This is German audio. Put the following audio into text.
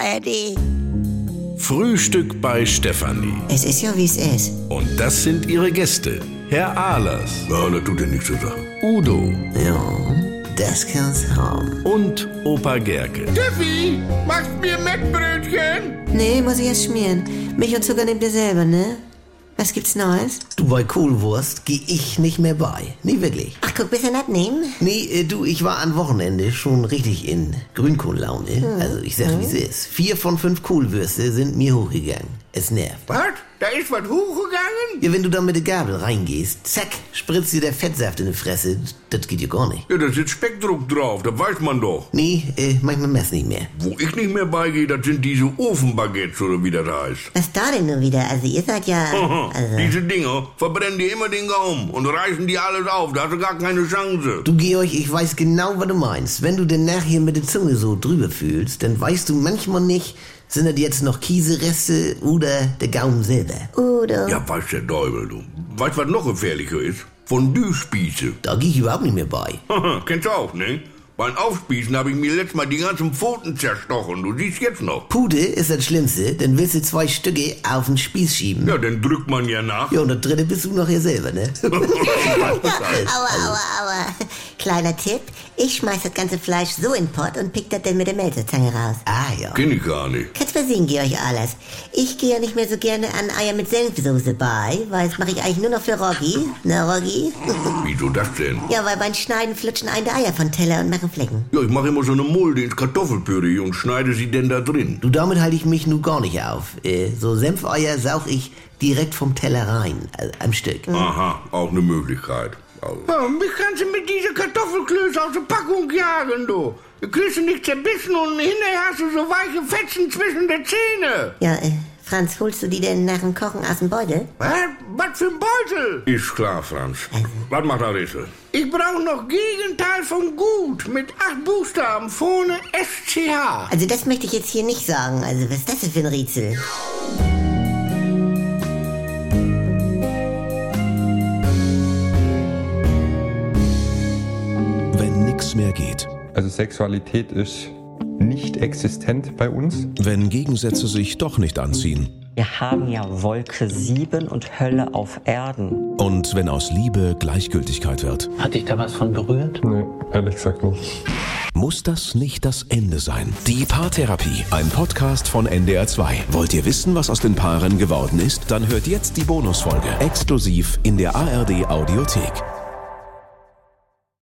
ARD. Frühstück bei Stefanie. Es ist ja, wie es ist. Und das sind ihre Gäste. Herr Ahlers. Ja, das tut ja nichts zur Sache. Udo. Ja, das kann's haben. Und Opa Gerke. Steffi, machst mir Mettbrötchen? Nee, muss ich erst schmieren. Milch und Zucker nehmt ihr selber, ne? Was gibt's Neues? Du, bei Kohlwurst geh ich nicht mehr bei. Nie wirklich. Ach, guck, bisschen abnehmen. Nee, du, ich war am Wochenende schon richtig in Grünkohllaune. Also ich sag, wie es ist. 4 von 5 Kohlwürste sind mir hochgegangen. Es nervt. Was? Da ist was hochgegangen? Ja, wenn du da mit der Gabel reingehst, zack, spritzt dir der Fettsaft in die Fresse. Das geht ja gar nicht. Ja, da sitzt Speckdruck drauf, das weiß man doch. Nee, manchmal mess nicht mehr. Wo ich nicht mehr beigehe, das sind diese Ofenbaguettes oder wie das heißt. Was da denn nur wieder? Also ihr seid ja... Also. Diese Dinger verbrennen dir immer den Gaumen und reißen dir alles auf. Da hast du gar keine Chance. Du, Georg, ich weiß genau, was du meinst. Wenn du denn nachher mit der Zunge so drüber fühlst, dann weißt du manchmal nicht, sind das jetzt noch Käsereste oder der Gaumen selber? Udo. Ja, weiß der Teufel, du. Weißt was noch gefährlicher ist? Fondue-Spieße. Da geh ich überhaupt nicht mehr bei. Kennst du auch, ne? Beim Aufspießen habe ich mir letztes Mal die ganzen Pfoten zerstochen. Du siehst jetzt noch. Pude ist das Schlimmste, dann willst du 2 Stücke auf den Spieß schieben. Ja, dann drückt man ja nach. Ja, und das dritte bist du nachher selber, ne? Aua. Kleiner Tipp, ich schmeiß das ganze Fleisch so in den Pott und pick das dann mit der Melzezange raus. Ah, ja. Kenn ich gar nicht. Kannst mal sehen, Georg Ahlers. Ich gehe ja nicht mehr so gerne an Eier mit Senfsoße bei, weil das mache ich eigentlich nur noch für Roggi. Na, Roggi? Wieso das denn? Ja, weil beim Schneiden flutschen einem die Eier von Teller und machen Flecken. Ja, ich mache immer so eine Mulde ins Kartoffelpüree und schneide sie denn da drin. Du, damit halte ich mich nun gar nicht auf. So Senfeier saug ich direkt vom Teller rein, am Stück. Aha, auch eine Möglichkeit. Also. Ja, mich kannst du mit dieser Kartoffelklöße aus der Packung jagen, du. Du kriegst du nicht zerbissen und hinterher hast du so weiche Fetzen zwischen den Zähnen. Ja, Franz, holst du die denn nach dem Kochen aus dem Beutel? Was für ein Beutel? Ist klar, Franz. Was macht der Rätsel? Ich brauche noch Gegenteil von gut mit 8 Buchstaben vorne SCH. Also das möchte ich jetzt hier nicht sagen. Also was ist das denn für ein Rätsel? Wenn nix mehr geht. Also Sexualität ist nicht existent bei uns. Wenn Gegensätze sich doch nicht anziehen. Wir haben ja Wolke 7 und Hölle auf Erden. Und wenn aus Liebe Gleichgültigkeit wird. Hat dich da was von berührt? Nee, ehrlich gesagt nicht. Muss das nicht das Ende sein? Die Paartherapie, ein Podcast von NDR 2. Wollt ihr wissen, was aus den Paaren geworden ist? Dann hört jetzt die Bonusfolge exklusiv in der ARD Audiothek.